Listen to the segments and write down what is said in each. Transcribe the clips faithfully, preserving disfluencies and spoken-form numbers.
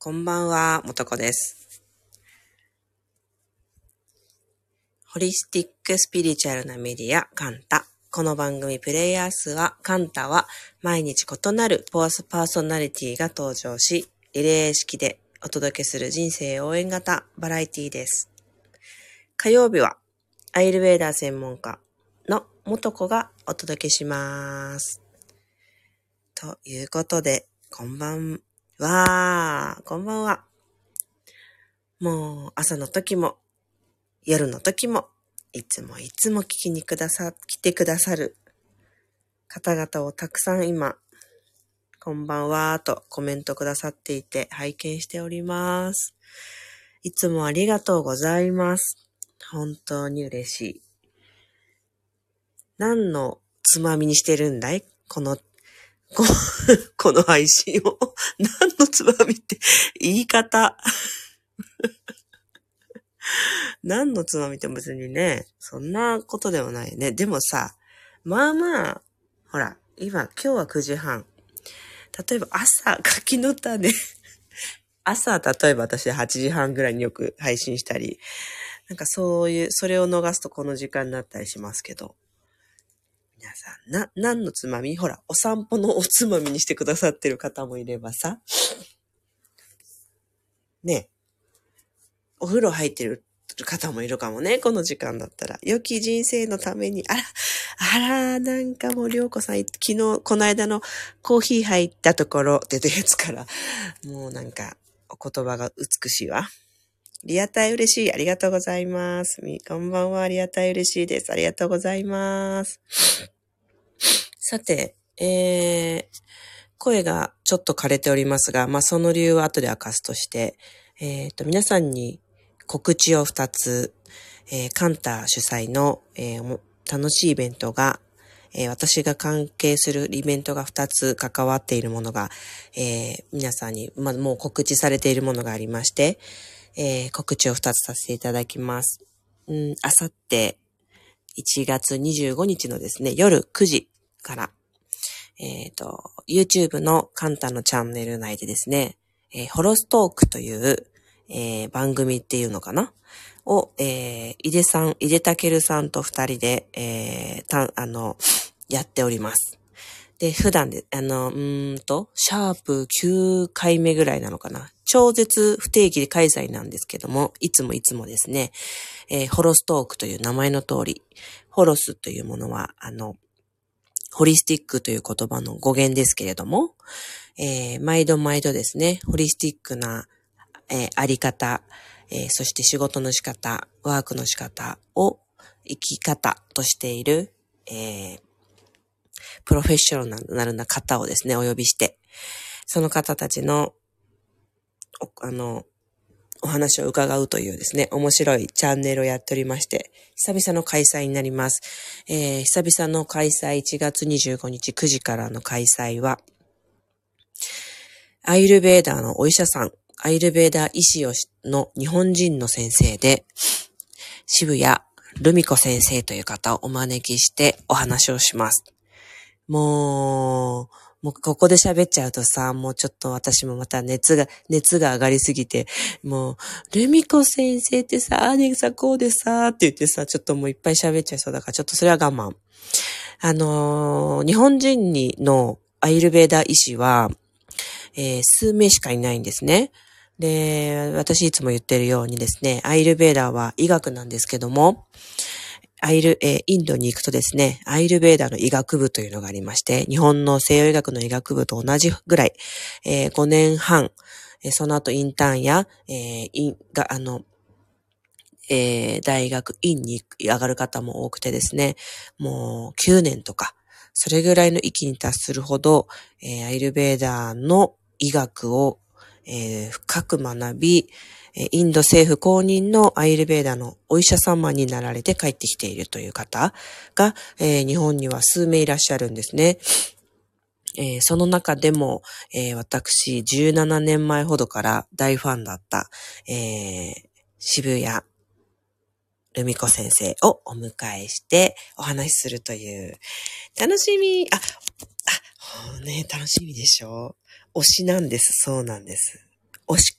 こんばんは、もとこです。ホリスティックスピリチュアルなメディア、カンタ。この番組プレイヤー数は、カンタは毎日異なるパーソナリティが登場し、リレー式でお届けする人生応援型バラエティです。火曜日は、アイルベーダー専門家のもとこがお届けします。ということで、こんばんは。こんばんは。もう朝の時も夜の時もいつもいつも聞きにくださ、来てくださる方々をたくさん今、こんばんはとコメントくださっていて拝見しております。いつもありがとうございます。本当に嬉しい。何のつまみにしてるんだい？この、こ, この配信を。何のつまみって言い方。何のつまみって別にね、そんなことでもないね。でもさ、まあまあ、ほら、今、今日はくじはん。例えば朝、柿の種。朝、例えば私はちじはんぐらいによく配信したり、なんかそういう、それを逃すとこの時間になったりしますけど。皆さん、な、何のつまみ？ほら、お散歩のおつまみにしてくださってる方もいればさ。ね、お風呂入ってる方もいるかもね、この時間だったら。良き人生のために、あら、あら、なんかもうりょうこさん、昨日、この間のコーヒー入ったところってやつから、もうなんか、お言葉が美しいわ。リアタイ嬉しい。ありがとうございます。み、こんばんは。リアタイ嬉しいです。ありがとうございます。さて、えー、声がちょっと枯れておりますが、まあ、その理由は後で明かすとして、えっと、皆さんに告知をふたつ、えー、カンタ主催の、えー、楽しいイベントが、えー、私が関係するイベントがふたつ関わっているものが、えー、皆さんに、まあ、もう告知されているものがありまして、えー、告知をふたつさせていただきます。うん、あさっていちがつにじゅうごにちのですね、夜くじから、えっと、YouTube のカンタのチャンネル内でですね、えー、ホロストークという、えー、番組っていうのかなを、えー、井出さん、井出たけるさんと二人で、えー、た、あの、やっております。で、普段で、あの、うーんと、シャープきゅうかいめぐらいなのかな。超絶不定期開催なんですけども、いつもいつもですね、えー、ホロストークという名前の通り、ホロスというものは、あの、ホリスティックという言葉の語源ですけれども、えー、毎度毎度ですね、ホリスティックな、えー、あり方、えー、そして仕事の仕方、ワークの仕方を生き方としている、えー、プロフェッショナルな方をですね、お呼びして、その方たちの、あの、お話を伺うというですね、面白いチャンネルをやっておりまして、久々の開催になります。えー、久々の開催、いちがつにじゅうごにちくじからの開催は、アイルベーダーのお医者さん、アイルベーダー医師の日本人の先生で、渋谷ルミ子先生という方をお招きしてお話をします。もう、もうここで喋っちゃうとさ、もうちょっと私もまた熱が、熱が上がりすぎて、もう、ルミ子先生ってさ、あーねさ、こうでさ、って言ってさ、ちょっともういっぱい喋っちゃいそうだから、ちょっとそれは我慢。あのー、日本人にのアイルベーダー医師は、えー、数名しかいないんですね。で、私いつも言ってるようにですね、アイルベーダーは医学なんですけども、アイル、えー、インドに行くとですね、アイルベーダーの医学部というのがありまして、日本の西洋医学の医学部と同じぐらい、えー、ごねんはん、えー、その後インターンや、えー、インが、あの、えー、大学院に上がる方も多くてですね、もうきゅうねんとか、それぐらいの域に達するほど、えー、アイルベーダーの医学を、えー、深く学び、インド政府公認のアイルベーダのお医者様になられて帰ってきているという方が、えー、日本には数名いらっしゃるんですね。えー、その中でも、えー、私じゅうななねんまえほどから大ファンだった、えー、渋谷ルミ子先生をお迎えしてお話しするという楽しみ。あ、あ、ね、楽しみでしょ。推しなんです。そうなんです。推し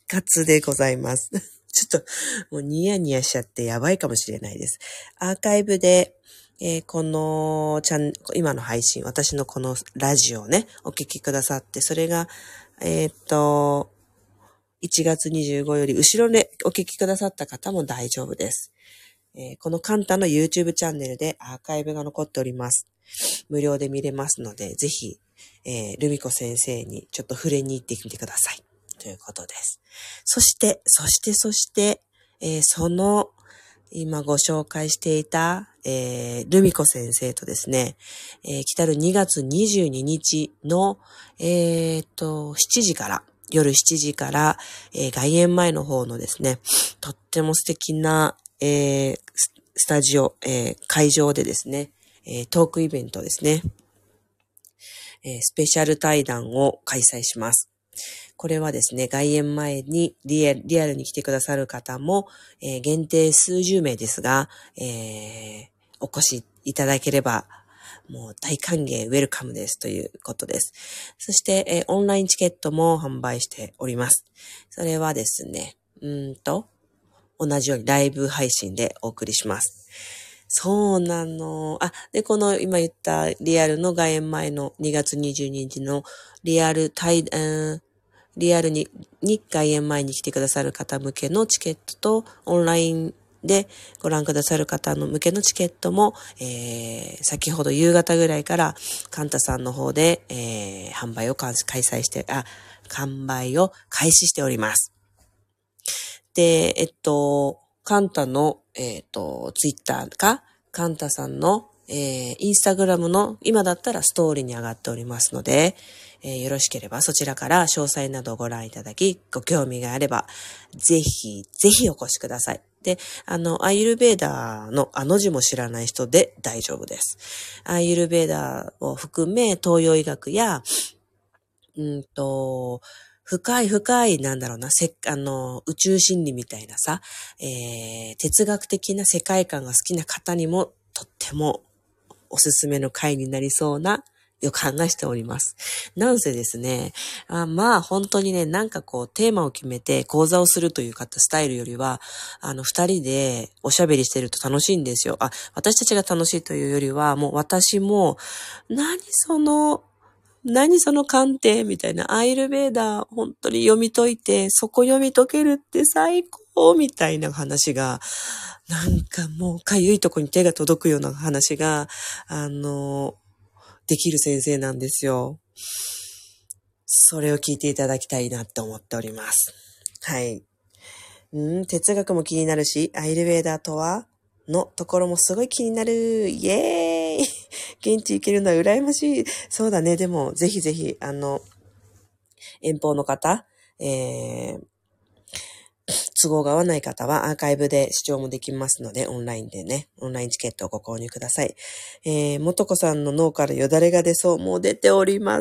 活でございます。ちょっともうニヤニヤしちゃってやばいかもしれないです。アーカイブで、えー、このチャン、今の配信、私のこのラジオをね、お聞きくださって、それが、えー、っと、いちがつにじゅうごより後ろでお聞きくださった方も大丈夫です。えー、このカンタの YouTube チャンネルでアーカイブが残っております。無料で見れますので、ぜひ、えー、ルミコ先生にちょっと触れに行ってみてください。ということです。そして、そして、そして、えー、その、今ご紹介していた、えー、ルミコ先生とですね、えー、来たるにがつにじゅうににちの、えー、と、しちじから、夜しちじから、えー、外苑前の方のですね、とっても素敵な、えー、スタジオ、えー、会場でですね、えー、トークイベントですね、えー、スペシャル対談を開催します。これはですね、外苑前にリアル、リアルに来てくださる方も、えー、限定数十名ですが、えー、お越しいただければ、もう大歓迎、ウェルカムですということです。そして、えー、オンラインチケットも販売しております。それはですね、うーんと、同じようにライブ配信でお送りします。そうなの。あ、で、この今言ったリアルの外苑前のにがつにじゅうににちのリアル対、うんリアルに、に外苑前に来てくださる方向けのチケットと、オンラインでご覧くださる方の向けのチケットも、えー、先ほど夕方ぐらいから、カンタさんの方で、えー、販売を開催して、あ、販売を開始しております。で、えっと、カンタの、えっと、ツイッターか、カンタさんの、えー、インスタグラムの、今だったらストーリーに上がっておりますので、えー、よろしければそちらから詳細などをご覧いただき、ご興味があれば、ぜひ、ぜひお越しください。で、あの、アイユルベーダーのあの字も知らない人で大丈夫です。アイユルベーダーを含め、東洋医学や、うんと、深い深い、なんだろうな、せ、あの、宇宙心理みたいなさ、えー、哲学的な世界観が好きな方にも、とってもおすすめの回になりそうな予感がしております。なんせですね、あまあ本当にね、なんかこうテーマを決めて講座をするという方スタイルよりは、あの二人でおしゃべりしてると楽しいんですよ。あ、私たちが楽しいというよりは、もう私も、何その、何その観点みたいな、アイルベーダー本当に読み解いて、そこ読み解けるって最高みたいな話が、なんかもうかゆいとこに手が届くような話が、あの、できる先生なんですよ。それを聞いていただきたいなって思っております。はい。うん、哲学も気になるし、アイルベーダーとはのところもすごい気になる。イエーイ現地行けるのは羨ましい。そうだね。でも、ぜひぜひ、あの、遠方の方、えー、都合が合わない方はアーカイブで視聴もできますので、オンラインでね、オンラインチケットをご購入ください。えー、もとこさんの脳からよだれが出そう。もう出ております。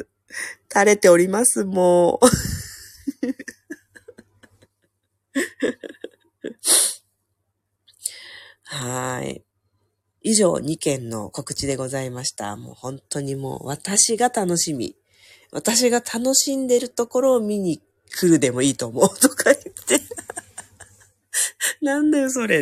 垂れております、もう。はい。以上にけんの告知でございました。もう本当にもう私が楽しみ。私が楽しんでるところを見に来るでもいいと思うとか言って。なんだよそれって。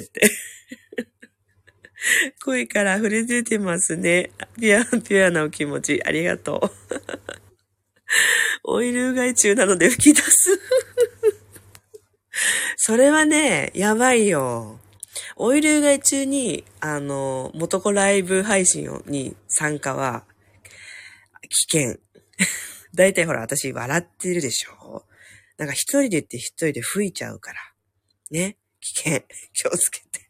声から溢れ出てますね。ピュア、ピュアなお気持ち。ありがとう。オイルうがい中なので吹き出す。それはね、やばいよ。オイルうがい中に、あの、元子ライブ配信に参加は、危険。だいたいほら、私笑ってるでしょ。なんか一人で言って一人で吹いちゃうから。ね。危険。気をつけて。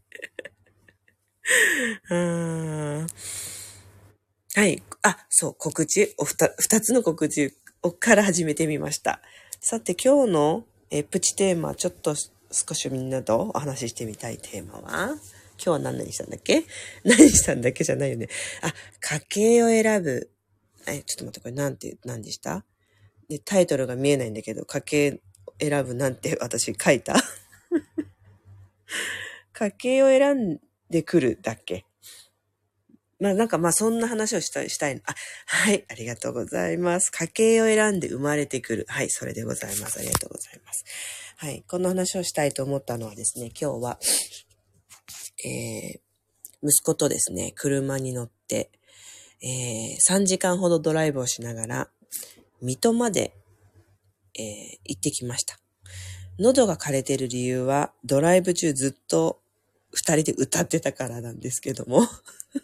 うーん。はい。あ、そう、告知。おふた、二つの告知から始めてみました。さて、今日のえプチテーマ、ちょっと少しみんなとお話ししてみたいテーマは、今日は何々したんだっけ何したんだっけじゃないよね。あ、家計を選ぶ。え、ちょっと待って、これなんて、何でしたで、タイトルが見えないんだけど、家計選ぶなんて私書いた家計を選んでくるだっけまあなんかまあそんな話をしたい、したい。あ、はい、ありがとうございます。家系を選んで生まれてくる。はい、それでございます。ありがとうございます。はい、この話をしたいと思ったのはですね、今日は、えー、息子とですね、車に乗って、えー、さんじかんほどドライブをしながら、水戸まで、えー、行ってきました。喉が枯れてる理由は、ドライブ中ずっと二人で歌ってたからなんですけども。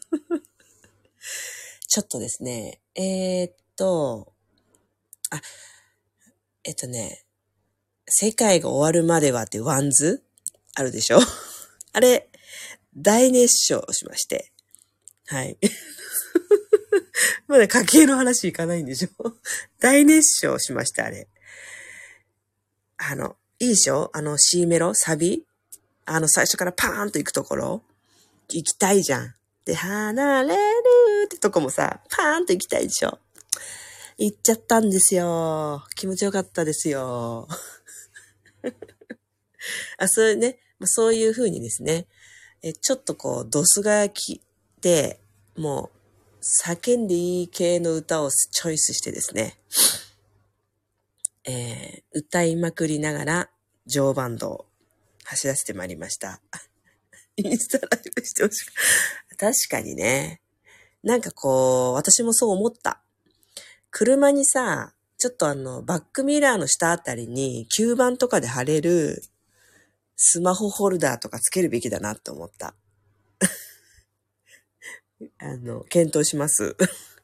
ちょっとですね、えー、っと、あ、えっとね、世界が終わるまではってワンズあるでしょあれ、大熱唱しまして。はい。まだ家計の話いかないんでしょ大熱唱しました、あれ。あの、いいでしょあの C メロサビあの、最初からパーンと行くところ行きたいじゃん。で、離れるってとこもさ、パーンと行きたいでしょ。行っちゃったんですよ。気持ちよかったですよ。あ、そういうね、そういう風にですね、えちょっとこう、ドスがきで、もう、叫んでいい系の歌をチョイスしてですね、えー、歌いまくりながら、常磐道を走らせてまいりました。インスタライブしてほしかった。確かにね。なんかこう、私もそう思った。車にさ、ちょっとあの、バックミラーの下あたりに吸盤とかで貼れるスマホホルダーとかつけるべきだなって思った。あの、検討します。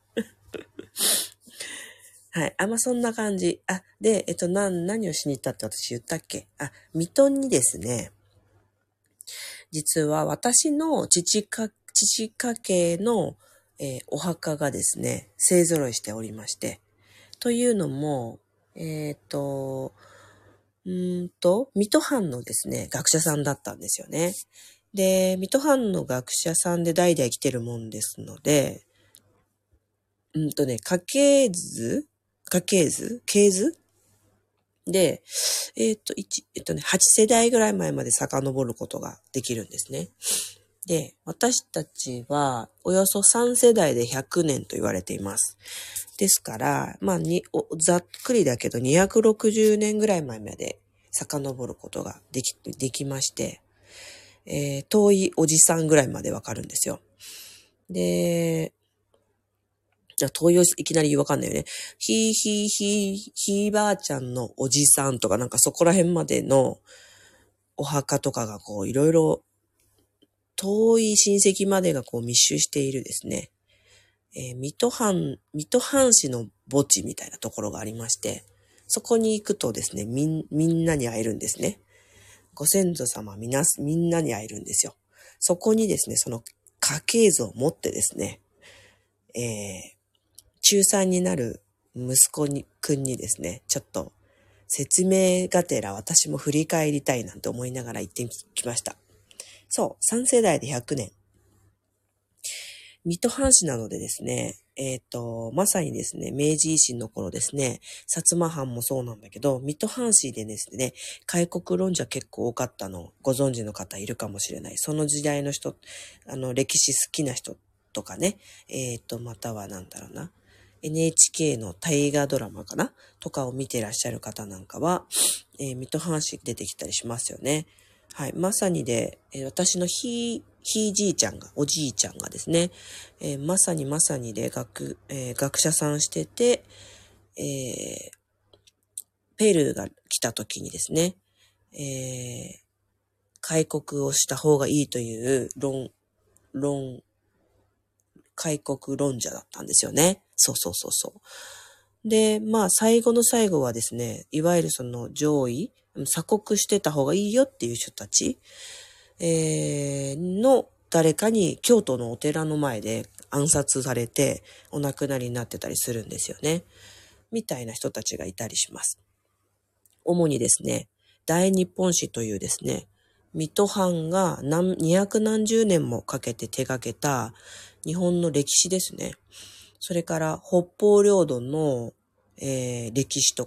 はい。あ、まあ、そんな感じ。あ、で、えっと、な、何をしに行ったって私言ったっけ？あ、水戸にですね、実は私の父か、父家系の、えーお墓がですね、勢揃いしておりまして。というのも、えっと、うーんと、水戸藩のですね、学者さんだったんですよね。で、水戸藩の学者さんで代々来てるもんですので、うんとね、家系図家系図系図で、えっと、一、えっとね、はち世代ぐらい前まで遡ることができるんですね。で、私たちは、およそさん世代でひゃくねんと言われています。ですから、まあにお、ざっくりだけどにひゃくろくじゅうねんぐらい前まで遡ることができ、できまして、えー、遠いおじさんぐらいまでわかるんですよ。で、じゃあ遠いいきなりわかんないよね。ひーひーひーひーばあちゃんのおじさんとかなんかそこら辺までのお墓とかがこういろいろ遠い親戚までがこう密集しているですね。えー、水戸藩、水戸藩士の墓地みたいなところがありまして、そこに行くとですね、みん、みんなに会えるんですね。ご先祖様みな、みんなに会えるんですよ。そこにですね、その家系図を持ってですね、えー、中さんになる息子に、くんにですね、ちょっと説明がてら私も振り返りたいなんて思いながら行ってきました。そう、さん世代でひゃくねん。水戸藩士なのでですね、えっと、まさにですね、明治維新の頃ですね、薩摩藩もそうなんだけど、水戸藩士でですね、開国論者結構多かったの、ご存知の方いるかもしれない。その時代の人、あの、歴史好きな人とかね、えっと、またはなんだろうな、エヌエイチケー の大河ドラマかなとかを見てらっしゃる方なんかは、えー、水戸藩士出てきたりしますよね。はい。まさにで、えー、私のひ、ひいじいちゃんが、おじいちゃんがですね、えー、まさにまさにで学、えー、学者さんしてて、えー、ペルーが来た時にですね、えー、開国をした方がいいという論、論、開国論者だったんですよね。そうそうそうそう。で、まあ最後の最後はですね、いわゆるその上位、鎖国してた方がいいよっていう人たち、えー、の誰かに京都のお寺の前で暗殺されてお亡くなりになってたりするんですよね。みたいな人たちがいたりします。主にですね、大日本史というですね、水戸藩が何、二百何十年もかけて手掛けた日本の歴史ですね。それから北方領土の、えー、歴史とか、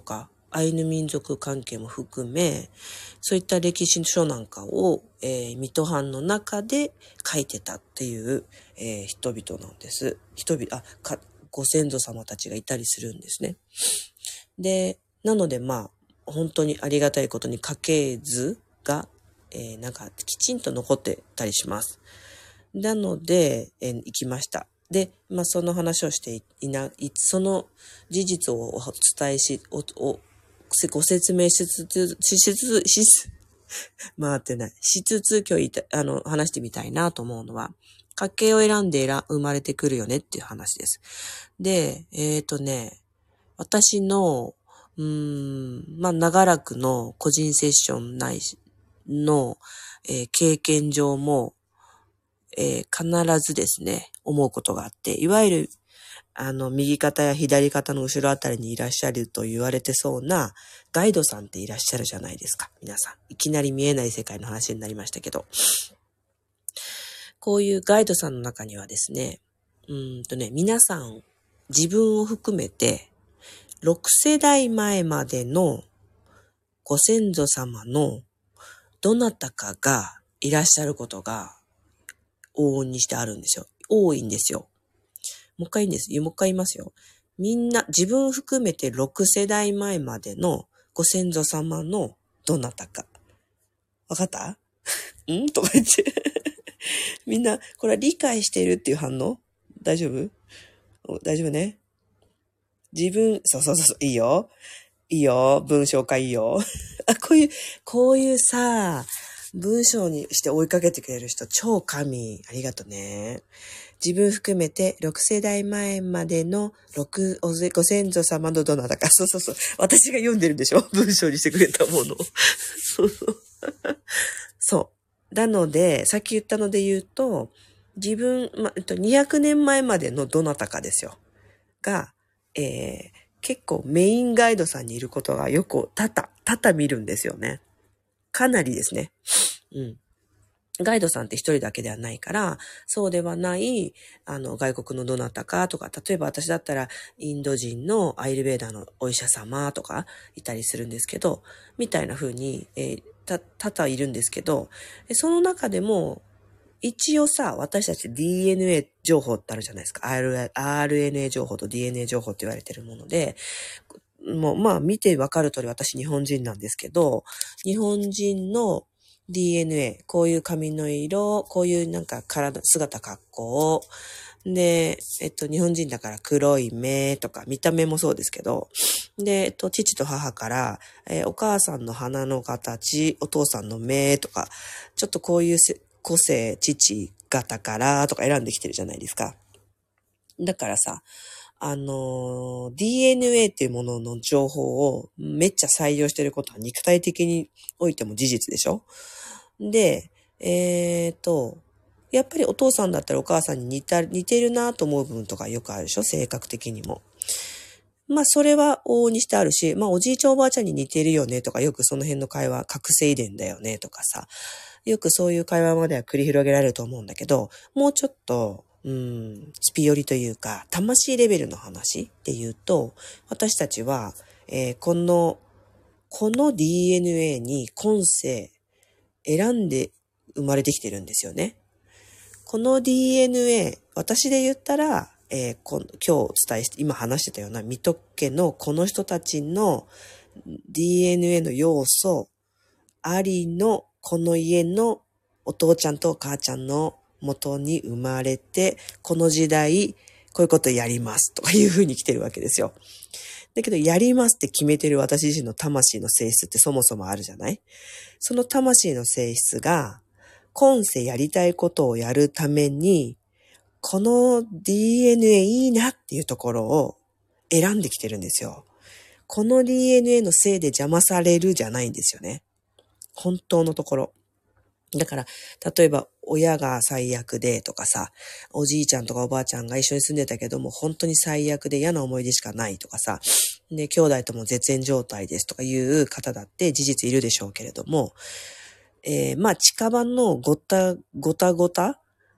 アイヌ民族関係も含め、そういった歴史書なんかを、えー、水戸藩の中で書いてたっていう、えー、人々なんです。人々、あ、か、ご先祖様たちがいたりするんですね。で、なのでまあ、本当にありがたいことに家系図が、えー、なんかきちんと残ってたりします。なので、えー、行きました。で、まあその話をしていな、その事実をお伝えし、お、お、ご説明しつつ、しつつ、しつ、回ってない。しつつ、今日あの、話してみたいなと思うのは、家系を選んで生まれてくるよねっていう話です。で、えっとね、私の、うーん、まあ、長らくの個人セッションないの、えー、経験上も、えー、必ずですね、思うことがあって、いわゆる、あの、右肩や左肩の後ろあたりにいらっしゃると言われてそうなガイドさんっていらっしゃるじゃないですか。皆さん。いきなり見えない世界の話になりましたけど。こういうガイドさんの中にはですね、うーんとね、皆さん自分を含めてろく世代前までのご先祖様のどなたかがいらっしゃることが往々にしてあるんですよ。多いんですよ。もう一回言うんです。もう一回言いますよ。みんな、自分含めてろく世代前までのご先祖様のどなたか。わかったんとか言って。みんな、これは理解しているっていう反応大丈夫大丈夫ね。自分、そうそうそう、いいよ。いいよ。文章化いいよ。あ、こういう、こういうさ、文章にして追いかけてくれる人、超神。ありがとね。自分含めてろく世代前までの6ご先祖様のどなたか。そうそうそう。私が読んでるんでしょ文章にしてくれたもの。そうそう。そう。なので、さっき言ったので言うと、自分、ま、にひゃくねんまえまでのどなたかですよ。が、えー、結構メインガイドさんにいることがよく多々、多々見るんですよね。かなりですね。うん。ガイドさんって一人だけではないから、そうではない、あの、外国のどなたかとか、例えば私だったら、インド人のアイルベーダのお医者様とかいたりするんですけど、みたいな風に、えー、た、多々いるんですけど、その中でも、一応さ、私たち ディーエヌエー 情報ってあるじゃないですか。アールエヌエー 情報と ディーエヌエー 情報って言われてるもので、もう、まあ見てわかる通り私日本人なんですけど、日本人の ディーエヌエー、こういう髪の色、こういうなんか体、姿、格好、で、えっと、日本人だから黒い目とか、見た目もそうですけど、で、えっと、父と母から、えー、お母さんの鼻の形、お父さんの目とか、ちょっとこういう個性、父型からとか選んできてるじゃないですか。だからさ、あのー、ディーエヌエー っていうものの情報をめっちゃ採用してることは肉体的においても事実でしょ？で、えーと、やっぱりお父さんだったらお母さんに似た、似てるなと思う部分とかよくあるでしょ？性格的にも。まあそれは往々にしてあるし、まあおじいちゃんおばあちゃんに似てるよねとか、よくその辺の会話、覚醒遺伝だよねとかさ、よくそういう会話までは繰り広げられると思うんだけど、もうちょっと、うーん、スピ寄りというか、魂レベルの話っていうと、私たちは、えー、この、この ディーエヌエー に今世選んで生まれてきてるんですよね。この ディーエヌエー、私で言ったら、えー、こ今日お伝えして、今話してたような水戸家のこの人たちの ディーエヌエー の要素ありのこの家のお父ちゃんとお母ちゃんの元に生まれて、この時代こういうことやりますとかいう風に来てるわけですよ。だけどやりますって決めてる私自身の魂の性質ってそもそもあるじゃない？その魂の性質が今世やりたいことをやるために、この ディーエヌエー いいなっていうところを選んできてるんですよ。この ディーエヌエー のせいで邪魔されるじゃないんですよね。本当のところ。だから、例えば親が最悪でとかさ、おじいちゃんとかおばあちゃんが一緒に住んでたけども本当に最悪で嫌な思い出しかないとかさ、で、兄弟とも絶縁状態ですとかいう方だって事実いるでしょうけれども、えー、まあ近場のごたごたごた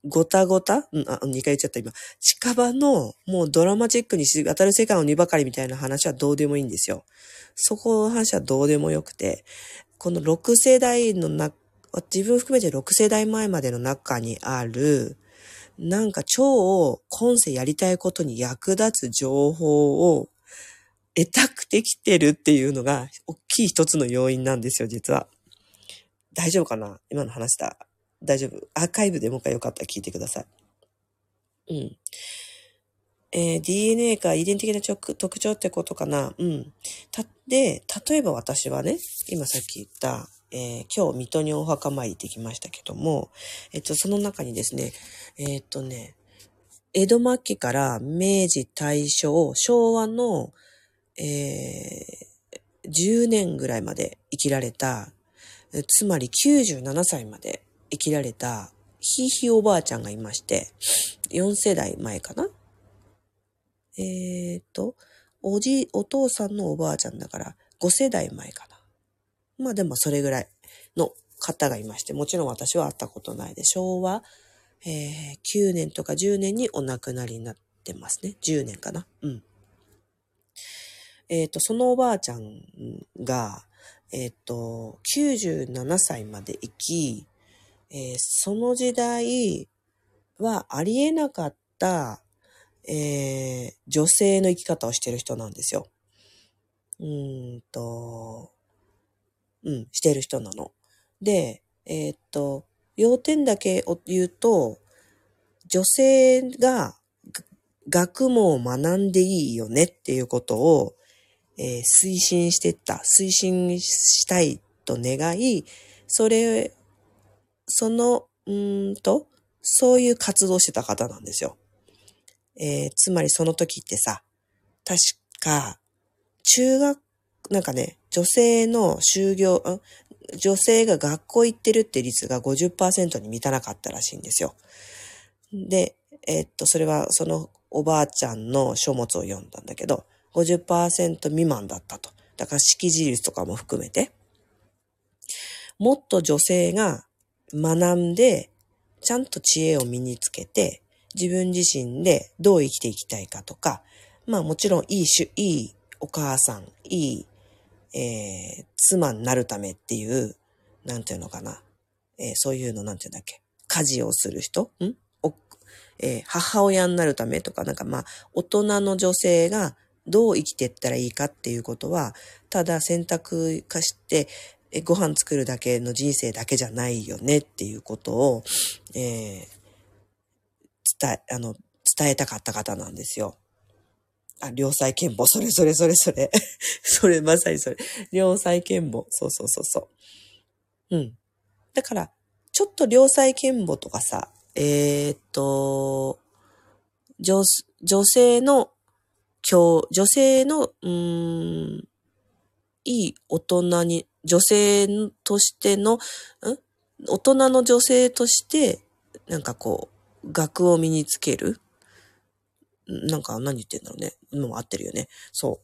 ごたごたうん、あ、にかい言っちゃった今。近場の、もうドラマチックにし当たる世界のにばかりみたいな話はどうでもいいんですよ。そこの話はどうでもよくて、このろく世代のな、自分含めてろく世代前までの中にある、なんか超今世やりたいことに役立つ情報を得たくてきてるっていうのが大きい一つの要因なんですよ、実は。大丈夫かな？今の話だ。大丈夫。アーカイブでもう一回よかったら聞いてください。うん。えー、ディーエヌエー か遺伝的な特徴ってことかな。うん。た、で、例えば私はね、今さっき言った、えー、今日水戸にお墓参り行ってきましたけども、えっと、その中にですね、えー、っとね、江戸末期から明治大正、昭和の、えー、じゅうねんぐらいまで生きられた、つまりきゅうじゅうななさいまで生きられたひいひいおばあちゃんがいまして、よん世代前かな。えーと、おじ、お父さんのおばあちゃんだからご世代前かな。まあでもそれぐらいの方がいまして、もちろん私は会ったことないで、昭和、えー、きゅうねんとかじゅうねんにお亡くなりになってますね。じゅうねんかな。うん。えーと、そのおばあちゃんが、えーと、きゅうじゅうななさいまで生き、えー、その時代はありえなかった、えー、女性の生き方をしている人なんですよ。うーんと、うん、している人なの。で、えー、っと、要点だけを言うと、女性が学問を学んでいいよねっていうことを、えー、推進していった、推進したいと願い、それ、その、うーんと、そういう活動してた方なんですよ。えー、つまりその時ってさ、確か、中学、なんかね、女性の就業、女性が学校行ってるって率が ごじゅっパーセント に満たなかったらしいんですよ。で、えー、っと、それはそのおばあちゃんの書物を読んだんだけど、ごじゅっパーセント 未満だったと。だから識字率とかも含めて、もっと女性が学んで、ちゃんと知恵を身につけて、自分自身でどう生きていきたいかとか、まあもちろんいいし、いいお母さん、いい、えー、妻になるためっていう、なんていうのかな。えー、そういうのなんていうんだっけ。家事をする人んお、えー、母親になるためとか、なんかまあ、大人の女性がどう生きていったらいいかっていうことは、ただ選択化して、えご飯作るだけの人生だけじゃないよねっていうことを、えー、伝え、あの、伝えたかった方なんですよ。あ、良妻賢母。それそれそれそれ。それ、まさにそれ。良妻賢母。そうそうそうそう。うん。だから、ちょっと良妻賢母とかさ、えー、っと、女、女性の、教、女性の、うーん、いい大人に、女性としての、ん大人の女性として、なんかこう、学を身につける。なんか何言ってんだろうね。もう合ってるよね。そう。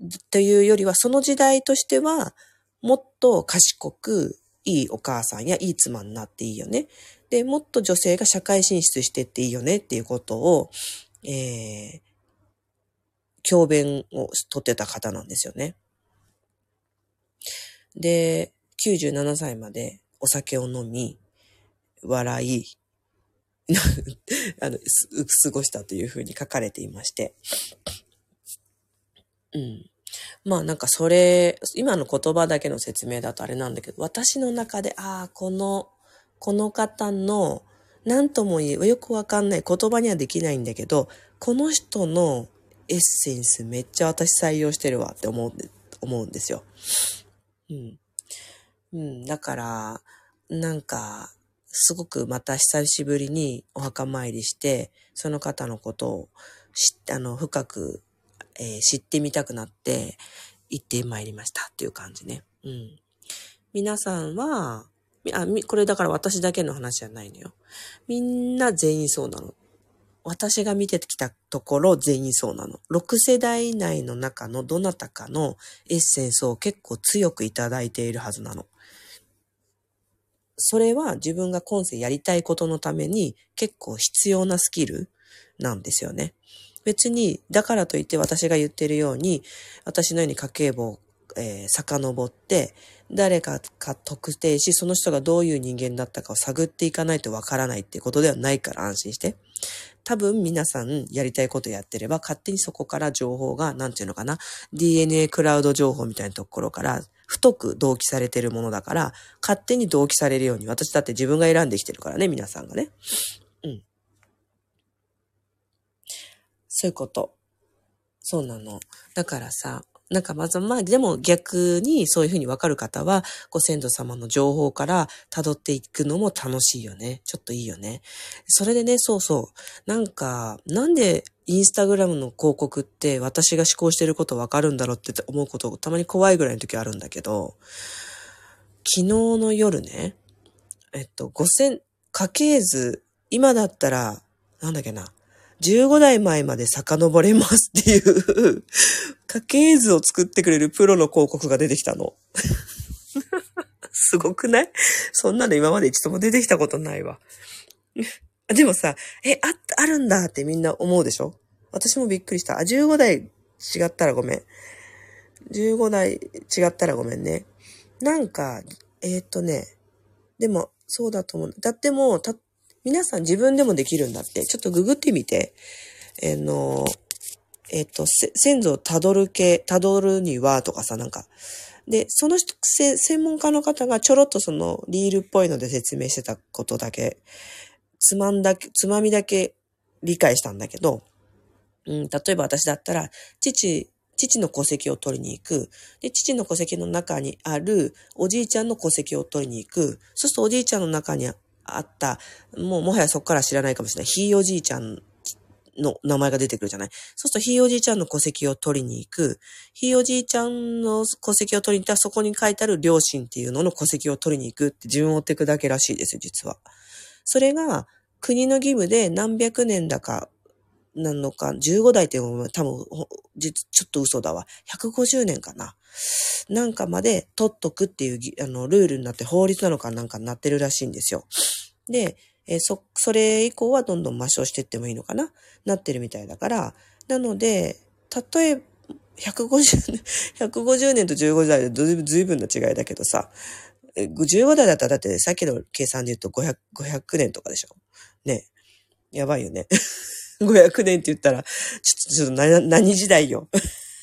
というよりは、その時代としては、もっと賢く、いいお母さんやいい妻になっていいよね。で、もっと女性が社会進出してっていいよねっていうことを、えー、教鞭を取ってた方なんですよね。で、きゅうじゅうななさいまでお酒を飲み、笑い、あの、過ごしたというふうに書かれていまして。うん。まあなんかそれ、今の言葉だけの説明だとあれなんだけど、私の中で、ああ、この、この方の、なんとも言う、よくわかんない、言葉にはできないんだけど、この人のエッセンスめっちゃ私採用してるわって思う、思うんですよ。うん。うん。だから、なんか、すごくまた久しぶりにお墓参りして、その方のことを知って、あの、深く、えー、知ってみたくなって行ってまいりましたっていう感じね。うん。皆さんは、あ、これだから私だけの話じゃないのよ。みんな全員そうなの。私が見てきたところ全員そうなの。ろく世代以内の中のどなたかのエッセンスを結構強くいただいているはずなの。 それは自分が今世やりたいことのために結構必要なスキルなんですよね。別に、だからといって私が言ってるように、私のように家計簿を、えー、遡って、誰かか特定し、その人がどういう人間だったかを探っていかないとわからないっていうことではないから安心して。多分皆さんやりたいことやってれば勝手にそこから情報が、なんていうのかな、ディーエヌエー クラウド情報みたいなところから太く同期されてるものだから、勝手に同期されるように、私だって自分が選んできてるからね、皆さんがね。うん。そういうこと。そうなの。だからさ、なんかまず、まあでも逆にそういうふうにわかる方は、ご先祖様の情報から辿っていくのも楽しいよね。ちょっといいよね。それでね、そうそう。なんか、なんでインスタグラムの広告って私が思考してることわかるんだろうって思うことたまに怖いぐらいの時あるんだけど、昨日の夜ね、えっと、五千、家系図、今だったら、なんだっけな、じゅうごだいまえまで遡れますっていう家系図を作ってくれるプロの広告が出てきたの。すごくない？そんなの今まで一度も出てきたことないわ。でもさ、え、あ、あるんだってみんな思うでしょ？私もびっくりした。あ、じゅうごだい違ったらごめん。じゅうごだい違ったらごめんね。なんか、えーっとね、でも、そうだと思う。だってもう、た、皆さん自分でもできるんだって。ちょっとググってみて。えー、の、えっと、先祖をたどる系、たどるにはとかさ、なんか。で、その人、専門家の方がちょろっとそのリールっぽいので説明してたことだけ、つまんだけ、つまみだけ理解したんだけど、うん、例えば私だったら、父、父の戸籍を取りに行く。で、父の戸籍の中にあるおじいちゃんの戸籍を取りに行く。そうするとおじいちゃんの中にあった、もうもはやそこから知らないかもしれない。ひいおじいちゃんの名前が出てくるじゃない。そうするとひいおじいちゃんの戸籍を取りに行く。ひいおじいちゃんの戸籍を取りに行ったらそこに書いてある両親っていうのの戸籍を取りに行くって順を追っていくだけらしいですよ、実は。それが国の義務で何百年だか、なのか、じゅうごだいっていうのも多分、実、ちょっと嘘だわ。ひゃくごじゅうねんかな。なんかまで取っとくっていう、あの、ルールになって法律なのかなんかになってるらしいんですよ。で、えー、そ、それ以降はどんどん抹消していってもいいのかななってるみたいだから。なので、例えば、ひゃくごじゅうねん、ひゃくごじゅうねんとじゅうごだいでずいぶん、ずいぶんな違いだけどさ、じゅうごだいだったらだってさっきの計算で言うとごひゃく、ごひゃくねんとかでしょ。ね。やばいよね。ごひゃくねんって言ったら、ちょっと、ちょっと何、何時代よ。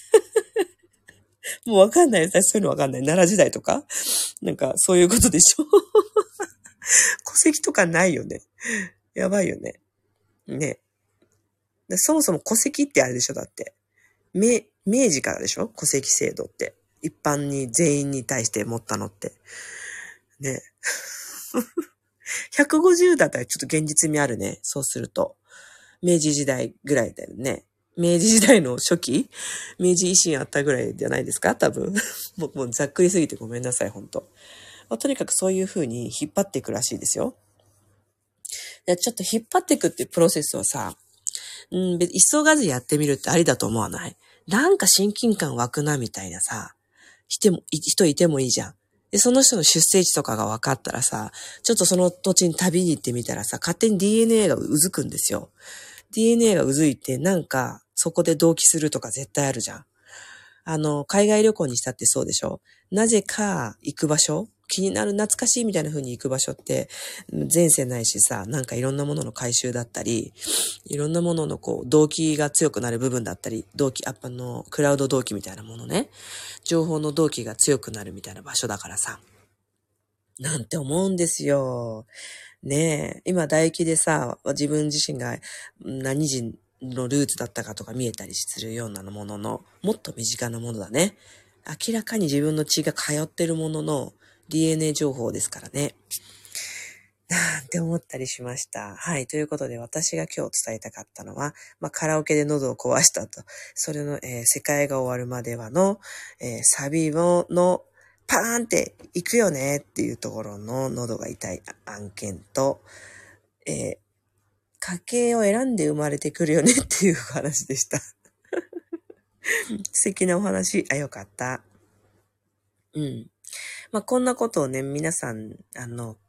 もうわかんない。私そういうのわかんない。奈良時代とかなんか、そういうことでしょ。戸籍とかないよね。やばいよね。ね。そもそも戸籍ってあれでしょだって。明、明治からでしょ戸籍制度って。一般に全員に対して持ったのって。ね。ひゃくごじゅうだったらちょっと現実味あるね。そうすると。明治時代ぐらいだよね。明治時代の初期明治維新あったぐらいじゃないですか多分。もう、もうざっくりすぎてごめんなさい、本当、まあ、とにかくそういう風に引っ張っていくらしいですよ。いやちょっと引っ張っていくっていうプロセスをさ、うん、急がずやってみるってありだと思わない？なんか親近感湧くなみたいなさ、人も、人いてもいいじゃん。で、その人の出生地とかが分かったらさ、ちょっとその土地に旅に行ってみたらさ、勝手に ディーエヌエー がうずくんですよ。ディーエヌエー がうずいて、なんか、そこで同期するとか絶対あるじゃん。あの、海外旅行にしたってそうでしょ？なぜか行く場所気になる懐かしいみたいな風に行く場所って、前世ないしさ、なんかいろんなものの回収だったり、いろんなもののこう、動機が強くなる部分だったり、動機、あっぱの、クラウド動機みたいなものね。情報の動機が強くなるみたいな場所だからさ。なんて思うんですよ。ねえ。今唾液でさ、自分自身が何人のルーツだったかとか見えたりするようなものの、もっと身近なものだね。明らかに自分の血が通ってるものの ディーエヌエー 情報ですからね。なんて思ったりしました。はい。ということで私が今日伝えたかったのは、まあ、カラオケで喉を壊したと。それの、えー、世界が終わるまではの、えー、サビの、のパーンって行くよねっていうところの喉が痛い案件と、えー、家系を選んで生まれてくるよねっていう話でした。素敵なお話。あ、よかった。うん。まあ、こんなことをね、皆さん、あの、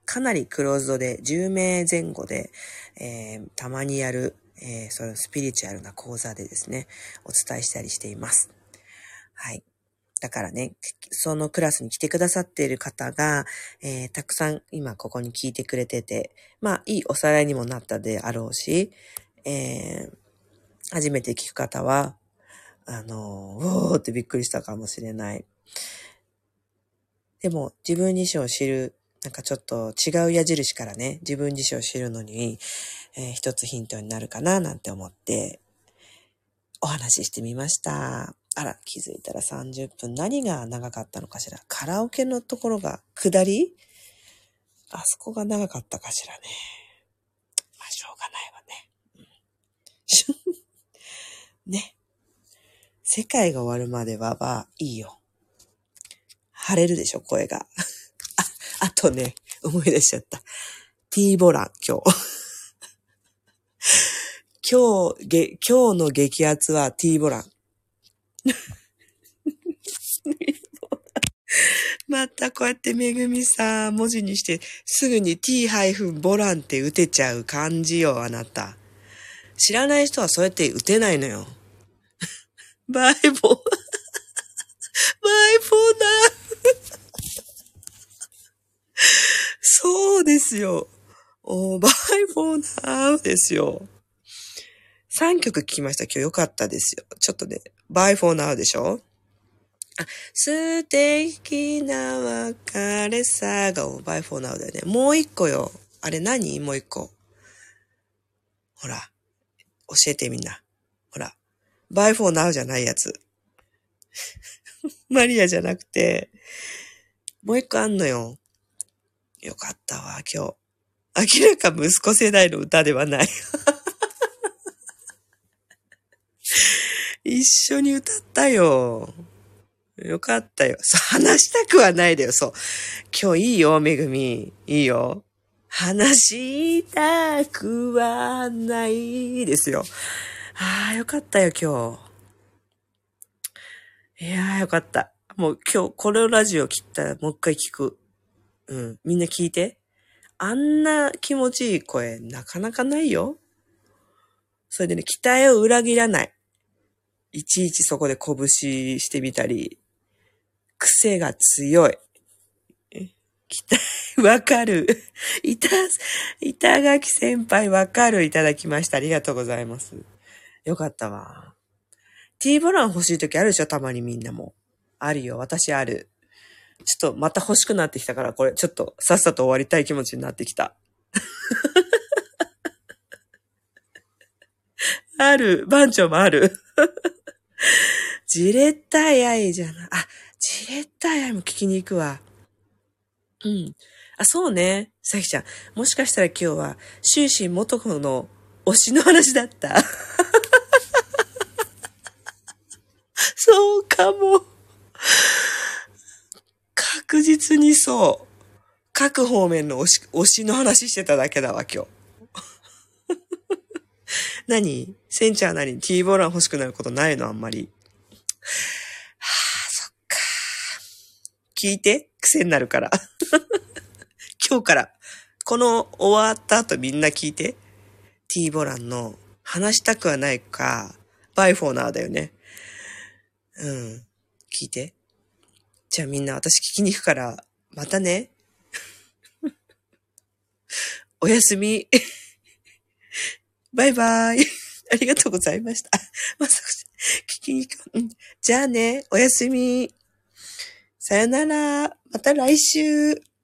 かなりクローズドでじゅうめいぜん後で、えー、たまにやる、えー、そのスピリチュアルな講座でですね、お伝えしたりしています。はい。だからね、そのクラスに来てくださっている方が、えー、たくさん今ここに聞いてくれてて、まあいいおさらいにもなったであろうし、えー、初めて聞く方は、あのー、おーってびっくりしたかもしれない。でも自分自身を知る、なんかちょっと違う矢印からね、自分自身を知るのに、えー、一つヒントになるかななんて思ってお話ししてみました。あら、気づいたらさんじゅっぷん。何が長かったのかしら。カラオケのところが下り？あそこが長かったかしらね。まあ、しょうがないわね。ね。世界が終わるまでは、まあ、いいよ。晴れるでしょ、声が。あ、あとね、思い出しちゃった。T ボラン、今日。今日、げ、今日の激アツは T ボラン。またこうやってめぐみさん文字にしてすぐに t- ボランって打てちゃう感じよ、あなた。知らない人はそうやって打てないのよ。バイボー、バイボーだ。そうですよ。おバイボーだですよ。さんきょく聞きました。今日よかったですよ。ちょっとね、バイフォーナウでしょ。あ、素敵な別れさがバイフォーナウだよね。もう一個よ。あれ何？もう一個。ほら、教えてみんな。ほら、バイフォーナウじゃないやつ。マリアじゃなくて、もう一個あんのよ。よかったわ、今日。明らか息子世代の歌ではない。一緒に歌ったよ。よかったよ。そう、話したくはないだよ、そう。今日いいよ、めぐみ。いいよ。話したくはないですよ。ああ、よかったよ、今日。いやー、よかった。もう今日、これをラジオ切ったらもう一回聞く。うん。みんな聞いて。あんな気持ちいい声、なかなかないよ。それでね、期待を裏切らない。いちいちそこで拳してみたり。癖が強い。期待、わかる。いた、板垣先輩わかるいただきました。ありがとうございます。よかったわ。T ボラン欲しいときあるでしょ、たまにみんなも。あるよ、私ある。ちょっとまた欲しくなってきたから、これちょっとさっさと終わりたい気持ちになってきた。ある、番長もある。ジレッタイアイじゃない。あ、ジレッタイアイも聞きに行くわ。うん。あ、そうね。さきちゃん。もしかしたら今日は、終始元子の推しの話だった。そうかも。確実にそう。各方面の推し、推しの話してただけだわ、今日。何？センちゃんは何？ T ボラン欲しくなることないの？あんまり。はあ、そっか。聞いて。癖になるから。今日から、この終わった後みんな聞いて。T ボランの話したくはないか、バイフォーナーだよね。うん。聞いて。じゃあみんな私聞きに行くから、またね。おやすみ。バイバイ。ありがとうございました。まさか、聞きに行く。うん。じゃあね、おやすみ。さよなら。また来週。